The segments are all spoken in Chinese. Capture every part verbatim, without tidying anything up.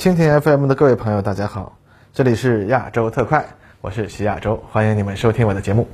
蜻蜓 F M 的各位朋友大家好，这里是亚洲特快，我是徐亚洲，欢迎你们收听我的节目。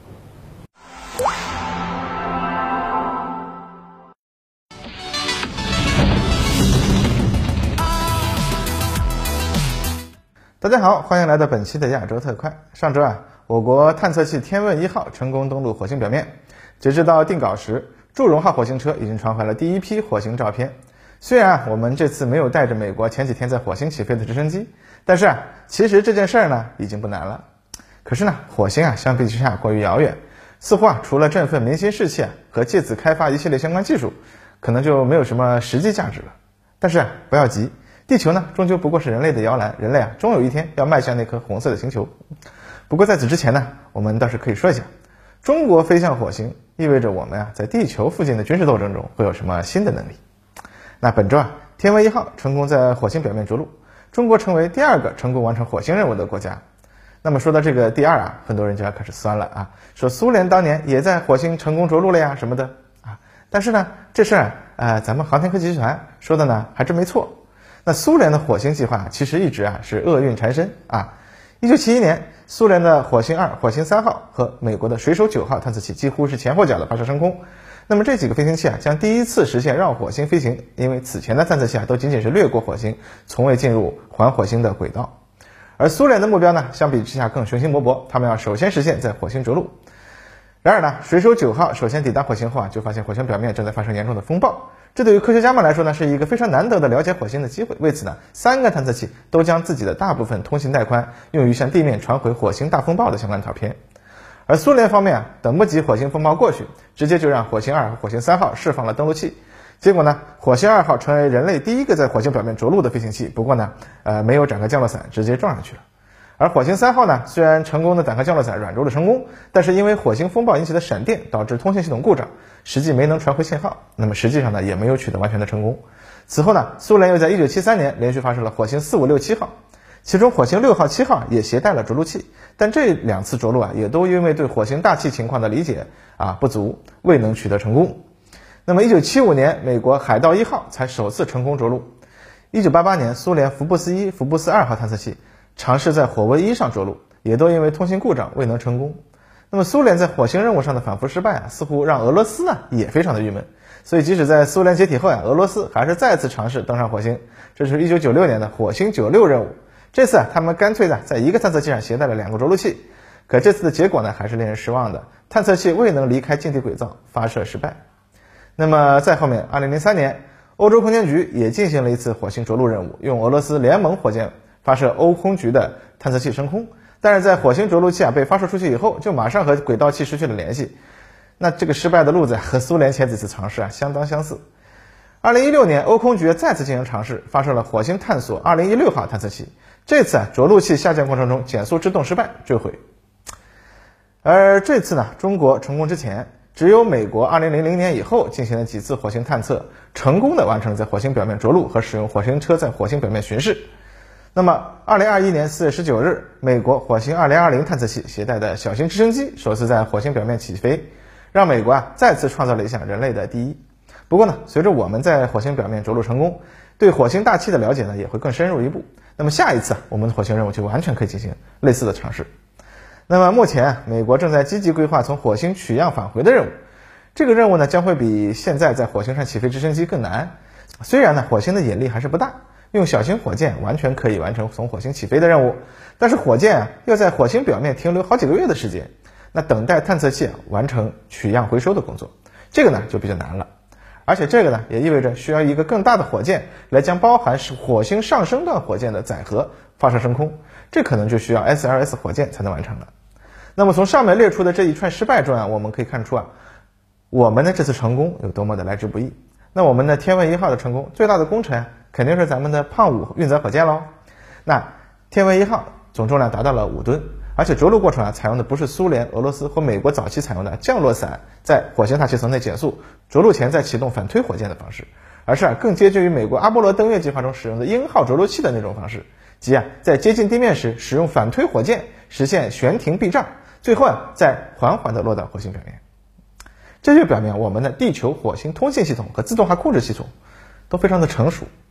大家好，欢迎来到本期的亚洲特快。上周啊，我国探测器天问一号成功登陆火星表面，截止到定稿时，祝融号火星车已经传回了第一批火星照片。虽然啊，我们这次没有带着美国前几天在火星起飞的直升机，但是啊，其实这件事儿呢已经不难了。可是呢，火星啊相比之下过于遥远，似乎啊除了振奋民心士气啊和借此开发一系列相关技术，可能就没有什么实际价值了。但是啊，不要急，地球呢终究不过是人类的摇篮，人类啊终有一天要迈向那颗红色的星球。不过在此之前呢，我们倒是可以说一下，中国飞向火星意味着我们啊在地球附近的军事斗争中会有什么新的能力。那本周啊，天问一号成功在火星表面着陆，中国成为第二个成功完成火星任务的国家。那么说到这个第二啊，很多人就要开始酸了啊，说苏联当年也在火星成功着陆了呀什么的啊。但是呢，这事儿啊、呃，咱们航天科技集团说的呢还真没错。那苏联的火星计划其实一直啊是厄运缠身啊。一九七一年，苏联的火星二、火星三号和美国的水手九号探测器几乎是前后脚的发射升空。那么这几个飞行器啊，将第一次实现绕火星飞行，因为此前的探测器啊都仅仅是掠过火星，从未进入环火星的轨道。而苏联的目标呢，相比之下更雄心勃勃，他们要首先实现在火星着陆。然而呢，水手九号首先抵达火星后啊，就发现火星表面正在发生严重的风暴。这对于科学家们来说呢，是一个非常难得的了解火星的机会。为此呢，三个探测器都将自己的大部分通信带宽用于向地面传回火星大风暴的相关照片。而苏联方面啊，等不及火星风暴过去，直接就让火星二和火星三号释放了登陆器。结果呢，火星二号成为人类第一个在火星表面着陆的飞行器，不过呢，呃，没有展开降落伞，直接撞上去了。而火星三号呢，虽然成功的展开降落伞，软着陆成功，但是因为火星风暴引起的闪电导致通信系统故障，实际没能传回信号，那么实际上呢，也没有取得完全的成功。此后呢，苏联又在一九七三年连续发射了火星四、五、六、七号。其中火星六号、七号也携带了着陆器，但这两次着陆啊，也都因为对火星大气情况的理解啊不足，未能取得成功。那么一九七五年，美国海盗一号才首次成功着陆。一九八八年，苏联福布斯一、福布斯二号探测器尝试在火卫一上着陆，也都因为通信故障未能成功。那么苏联在火星任务上的反复失败啊，似乎让俄罗斯呢也非常的郁闷。所以即使在苏联解体后啊，俄罗斯还是再次尝试登上火星。这是一九九六年的火星九六任务。这次啊，他们干脆呢，在一个探测器上携带了两个着陆器，可这次的结果呢，还是令人失望的，探测器未能离开近地轨道，发射失败。那么在后面，二零零三年，欧洲空间局也进行了一次火星着陆任务，用俄罗斯联盟火箭发射欧空局的探测器升空，但是在火星着陆器啊被发射出去以后，就马上和轨道器失去了联系。那这个失败的路子和苏联前几次尝试啊相当相似。二零一六年，欧空局再次进行尝试，发射了火星探索二零一六号探测器。这次啊，着陆器下降过程中减速制动失败，坠毁。而这次呢，中国成功之前，只有美国二零零零年以后进行了几次火星探测，成功的完成在火星表面着陆和使用火星车在火星表面巡视。那么二零二一年四月十九日，美国火星二零二零探测器携带的小型直升机首次在火星表面起飞，让美国啊再次创造了一项人类的第一。不过呢，随着我们在火星表面着陆成功，对火星大气的了解呢也会更深入一步。那么下一次我们的火星任务就完全可以进行类似的尝试。那么目前美国正在积极规划从火星取样返回的任务，这个任务呢将会比现在在火星上起飞直升机更难。虽然呢火星的引力还是不大，用小型火箭完全可以完成从火星起飞的任务，但是火箭啊要在火星表面停留好几个月的时间，那等待探测器啊完成取样回收的工作，这个呢就比较难了。而且这个呢，也意味着需要一个更大的火箭来将包含火星上升段火箭的载荷发射升空，这可能就需要 S L S 火箭才能完成了。那么从上面列出的这一串失败中啊，我们可以看出啊，我们的这次成功有多么的来之不易。那我们的天问一号的成功，最大的功臣肯定是咱们的胖五运载火箭喽。那天问一号总重量达到了五吨。而且着陆过程啊，采用的不是苏联、俄罗斯和美国早期采用的降落伞在火星大气层内减速，着陆前再启动反推火箭的方式，而是啊更接近于美国阿波罗登月计划中使用的鹰号着陆器的那种方式，即啊在接近地面时使用反推火箭实现悬停避障，最后啊再缓缓地落到火星表面。这就表明我们的地球、火星通信系统和自动化控制系统都非常的成熟，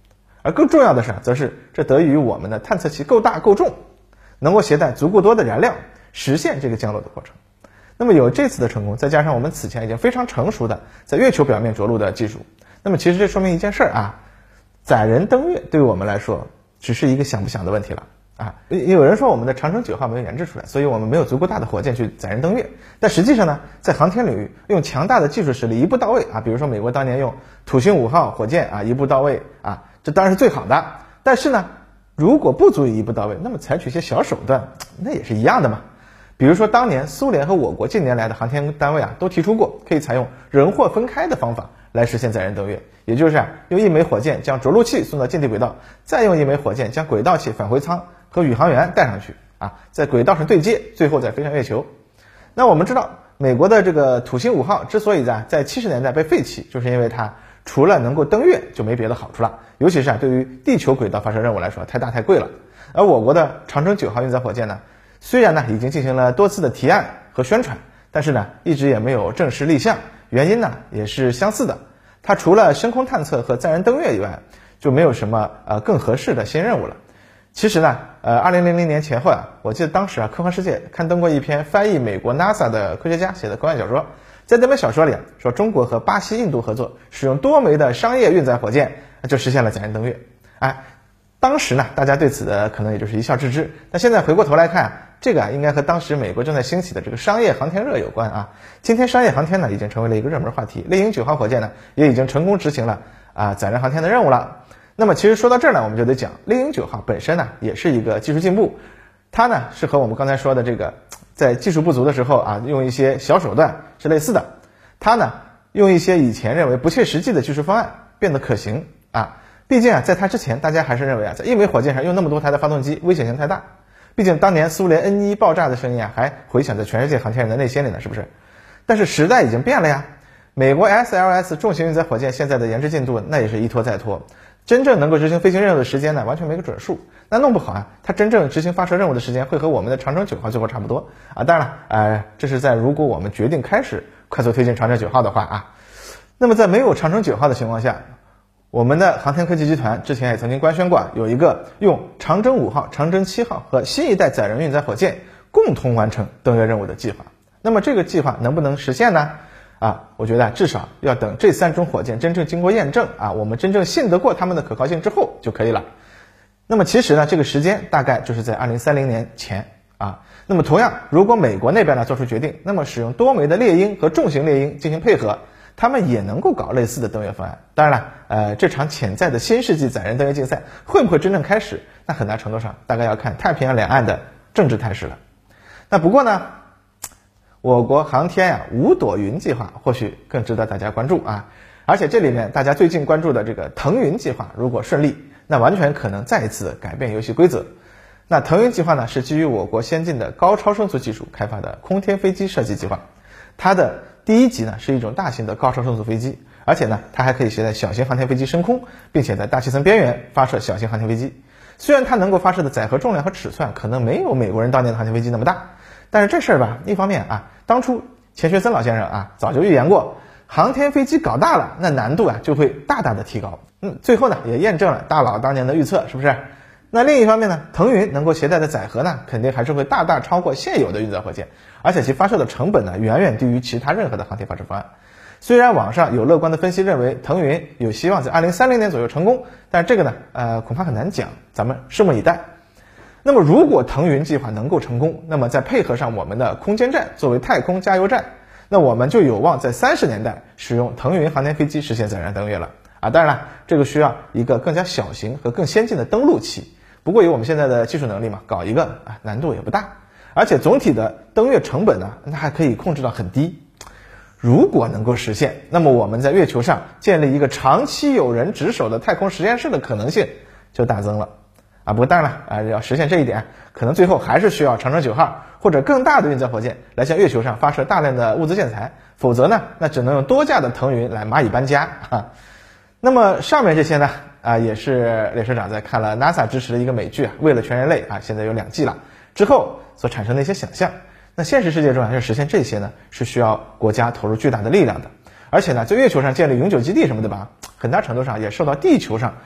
而更重要的是，则是这得益于我们的探测器够大够重，能够携带足够多的燃料，实现这个降落的过程。那么有这次的成功，再加上我们此前已经非常成熟的在月球表面着陆的技术，那么其实这说明一件事儿啊，载人登月对于我们来说只是一个想不想的问题了啊。有人说我们的长征九号没有研制出来，所以我们没有足够大的火箭去载人登月。但实际上呢，在航天领域用强大的技术实力一步到位啊，比如说美国当年用土星五号火箭啊一步到位啊，这当然是最好的。但是呢，如果不足以一步到位，那么采取一些小手段，那也是一样的嘛。比如说当年苏联和我国近年来的航天单位啊都提出过，可以采用人货分开的方法来实现载人登月，也就是啊用一枚火箭将着陆器送到近地轨道，再用一枚火箭将轨道器返回舱和宇航员带上去啊，在轨道上对接，最后再飞向月球。那我们知道美国的这个土星五号之所以在在七十年代被废弃，就是因为它除了能够登月就没别的好处了，尤其是啊对于地球轨道发射任务来说太大太贵了。而我国的长征九号运载火箭呢，虽然呢已经进行了多次的提案和宣传，但是呢一直也没有正式立项，原因呢也是相似的，它除了深空探测和载人登月以外，就没有什么呃更合适的新任务了。其实呢，呃，二零零零年前后啊，我记得当时啊，科幻世界刊登过一篇翻译美国 NASA 的科学家写的科幻小说，在这本小说里啊，说中国和巴西、印度合作，使用多枚的商业运载火箭，就实现了载人登月。哎，当时呢，大家对此的可能也就是一笑置之。那现在回过头来看，这个啊，应该和当时美国正在兴起的这个商业航天热有关啊。今天商业航天呢，已经成为了一个热门话题。猎鹰九号火箭呢，也已经成功执行了啊载人航天的任务了。那么其实说到这儿呢，我们就得讲猎鹰九号本身呢也是一个技术进步，它呢是和我们刚才说的这个在技术不足的时候啊用一些小手段是类似的，它呢用一些以前认为不切实际的技术方案变得可行啊。毕竟啊在它之前大家还是认为啊在一枚火箭上用那么多台的发动机危险性太大，毕竟当年苏联 N 一 爆炸的声音啊还回响在全世界航天人的内心里呢，是不是？但是时代已经变了呀，美国 S L S 重型运载火箭现在的研制进度那也是一拖再拖，真正能够执行飞行任务的时间呢，完全没个准数。那弄不好啊，它真正执行发射任务的时间会和我们的长征九号最后差不多啊。当然了，呃，这是在如果我们决定开始快速推进长征九号的话啊。那么在没有长征九号的情况下，我们的航天科技集团之前也曾经官宣过，有一个用长征五号、长征七号和新一代载人运载火箭共同完成登月任务的计划。那么这个计划能不能实现呢？啊，我觉得至少要等这三种火箭真正经过验证啊，我们真正信得过它们的可靠性之后就可以了。那么其实呢，这个时间大概就是在二零三零年前啊。那么同样，如果美国那边呢做出决定，那么使用多枚的猎鹰和重型猎鹰进行配合，他们也能够搞类似的登月方案。当然了，呃，这场潜在的新世纪载人登月竞赛会不会真正开始，那很大程度上大概要看太平洋两岸的政治态势了。那不过呢，我国航天呀、啊、五朵云计划或许更值得大家关注啊！而且这里面大家最近关注的这个腾云计划，如果顺利，那完全可能再一次改变游戏规则。那腾云计划呢，是基于我国先进的高超声速技术开发的空天飞机设计计划。它的第一级呢是一种大型的高超声速飞机，而且呢它还可以携带小型航天飞机升空，并且在大气层边缘发射小型航天飞机。虽然它能够发射的载荷重量和尺寸可能没有美国人当年的航天飞机那么大，但是这事儿吧，一方面啊，当初钱学森老先生啊早就预言过，航天飞机搞大了，那难度啊就会大大的提高。嗯，最后呢也验证了大佬当年的预测，是不是？那另一方面呢，腾云能够携带的载荷呢，肯定还是会大大超过现有的运载火箭，而且其发射的成本呢，远远低于其他任何的航天发射方案。虽然网上有乐观的分析认为腾云有希望在二零三零年左右成功，但是这个呢，呃，恐怕很难讲，咱们拭目以待。那么如果腾云计划能够成功，那么再配合上我们的空间站作为太空加油站，那我们就有望在三十年代使用腾云航天飞机实现载人登月了啊！当然了，这个需要一个更加小型和更先进的登陆器，不过以我们现在的技术能力嘛，搞一个啊难度也不大，而且总体的登月成本呢，那还可以控制到很低。如果能够实现，那么我们在月球上建立一个长期有人值守的太空实验室的可能性就大增了啊！不过当然了啊，要实现这一点，可能最后还是需要长征九号或者更大的运载火箭来向月球上发射大量的物资建材，否则呢，那只能用多架的腾云来蚂蚁搬家啊。那么上面这些呢啊，也是列车长在看了 NASA 支持的一个美剧啊，为了全人类啊，现在有两季了之后所产生的一些想象。那现实世界中啊，要实现这些呢，是需要国家投入巨大的力量的，而且呢，在月球上建立永久基地什么的吧，很大程度上也受到地球上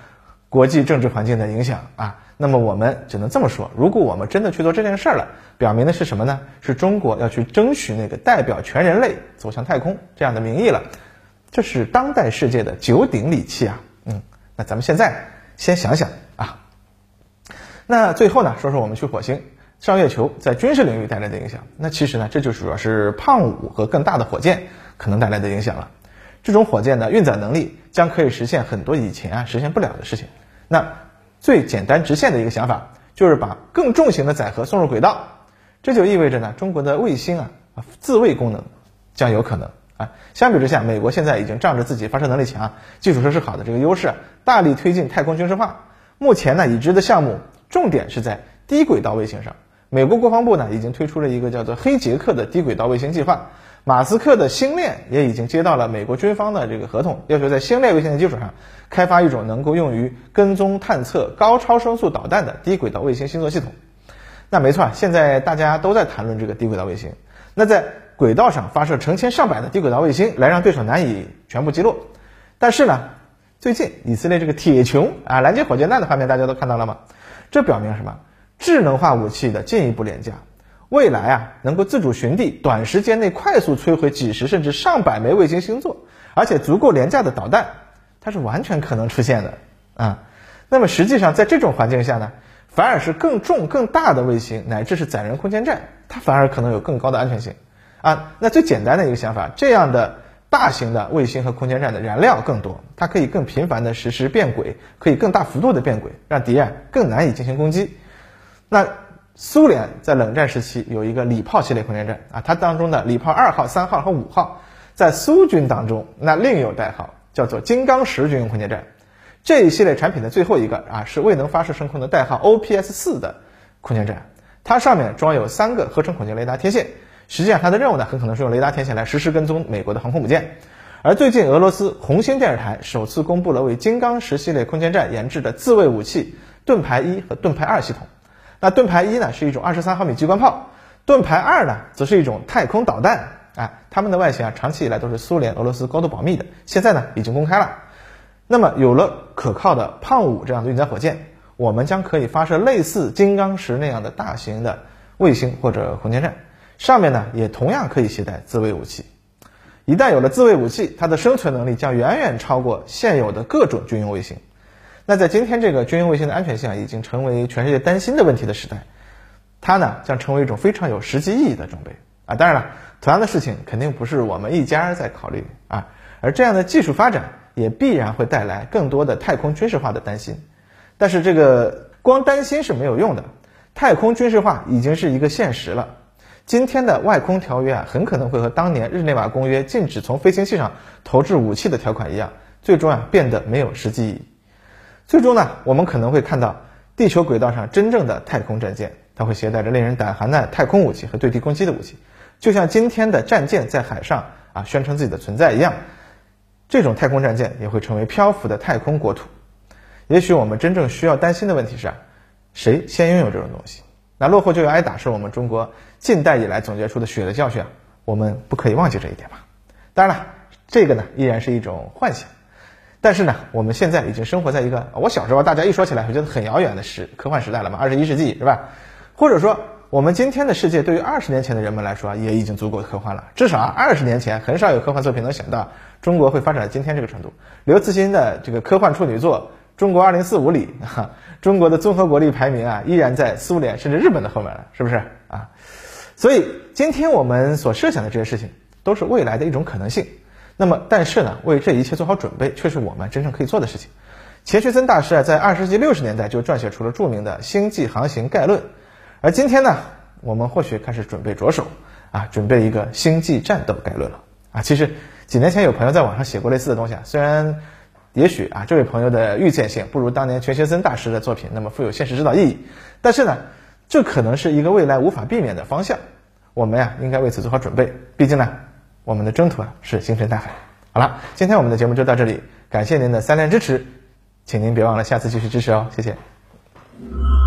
国际政治环境的影响啊。那么我们只能这么说，如果我们真的去做这件事儿了，表明的是什么呢？是中国要去争取那个代表全人类走向太空这样的名义了。这是当代世界的九鼎礼器啊。嗯，那咱们现在先想想啊。那最后呢，说说我们去火星、上月球在军事领域带来的影响。那其实呢，这就主要是胖五和更大的火箭可能带来的影响了。这种火箭的运载能力将可以实现很多以前啊实现不了的事情。那最简单直线的一个想法，就是把更重型的载荷送入轨道，这就意味着呢，中国的卫星啊自卫功能将有可能啊。相比之下，美国现在已经仗着自己发射能力强、基础设施好的这个优势，大力推进太空军事化。目前呢，已知的项目重点是在低轨道卫星上。美国国防部呢已经推出了一个叫做黑杰克的低轨道卫星计划。马斯克的星链也已经接到了美国军方的这个合同，要求在星链卫星的基础上开发一种能够用于跟踪探测高超声速导弹的低轨道卫星星座系统。那没错，现在大家都在谈论这个低轨道卫星。那在轨道上发射成千上百的低轨道卫星，来让对手难以全部击落。但是呢，最近以色列这个铁穹啊拦截火箭弹的画面大家都看到了吗？这表明什么？智能化武器的进一步廉价。未来啊，能够自主寻地，短时间内快速摧毁几十甚至上百枚卫星星座，而且足够廉价的导弹，它是完全可能出现的啊。那么实际上在这种环境下呢，反而是更重更大的卫星乃至是载人空间站，它反而可能有更高的安全性啊。那最简单的一个想法，这样的大型的卫星和空间站的燃料更多，它可以更频繁的实施变轨，可以更大幅度的变轨，让敌人更难以进行攻击。那苏联在冷战时期有一个礼炮系列空间站啊，它当中的礼炮二号、三号和五号，在苏军当中那另有代号，叫做金刚石军用空间站。这一系列产品的最后一个啊，是未能发射升空的代号 O P S 四 的空间站，它上面装有三个合成孔径雷达天线。实际上它的任务呢，很可能是用雷达天线来实时跟踪美国的航空母舰。而最近俄罗斯红星电视台首次公布了为金刚石系列空间站研制的自卫武器盾牌一和盾牌二系统。那盾牌一呢是一种二十三毫米机关炮，盾牌二呢则是一种太空导弹啊，它们的外形啊长期以来都是苏联、俄罗斯高度保密的，现在呢已经公开了。那么有了可靠的胖五这样的运载火箭，我们将可以发射类似金刚石那样的大型的卫星或者空间站，上面呢也同样可以携带自卫武器。一旦有了自卫武器，它的生存能力将远远超过现有的各种军用卫星。那在今天这个军用卫星的安全性啊，已经成为全世界担心的问题的时代，它呢将成为一种非常有实际意义的装备啊。当然了，同样的事情肯定不是我们一家在考虑啊，而这样的技术发展也必然会带来更多的太空军事化的担心。但是这个光担心是没有用的，太空军事化已经是一个现实了。今天的外空条约啊，很可能会和当年日内瓦公约禁止从飞行器上投掷武器的条款一样，最终啊变得没有实际意义。最终呢，我们可能会看到地球轨道上真正的太空战舰，它会携带着令人胆寒的太空武器和对地攻击的武器，就像今天的战舰在海上啊宣称自己的存在一样。这种太空战舰也会成为漂浮的太空国土。也许我们真正需要担心的问题是啊，谁先拥有这种东西？那落后就要挨打是我们中国近代以来总结出的血的教训啊，我们不可以忘记这一点吧。当然了，这个呢依然是一种幻想。但是呢，我们现在已经生活在一个我小时候大家一说起来会觉得很遥远的时科幻时代了嘛，二十一世纪是吧？或者说我们今天的世界对于二十年前的人们来说也已经足够科幻了。至少二十年前很少有科幻作品能想到中国会发展到今天这个程度。刘慈欣的这个科幻处女作《中国二零四五》里，哈，中国的综合国力排名啊依然在苏联甚至日本的后面了，是不是啊？所以今天我们所设想的这些事情都是未来的一种可能性。那么但是呢，为这一切做好准备却是我们真正可以做的事情。钱学森大师啊在二十世纪六十年代就撰写出了著名的《星际航行概论》，而今天呢，我们或许开始准备着手啊准备一个星际战斗概论了啊。其实几年前有朋友在网上写过类似的东西啊，虽然也许啊这位朋友的预见性不如当年钱学森大师的作品那么富有现实指导意义，但是呢这可能是一个未来无法避免的方向，我们呀应该为此做好准备。毕竟呢我们的征途啊是星辰大海。好了，今天我们的节目就到这里，感谢您的三连支持，请您别忘了下次继续支持哦，谢谢。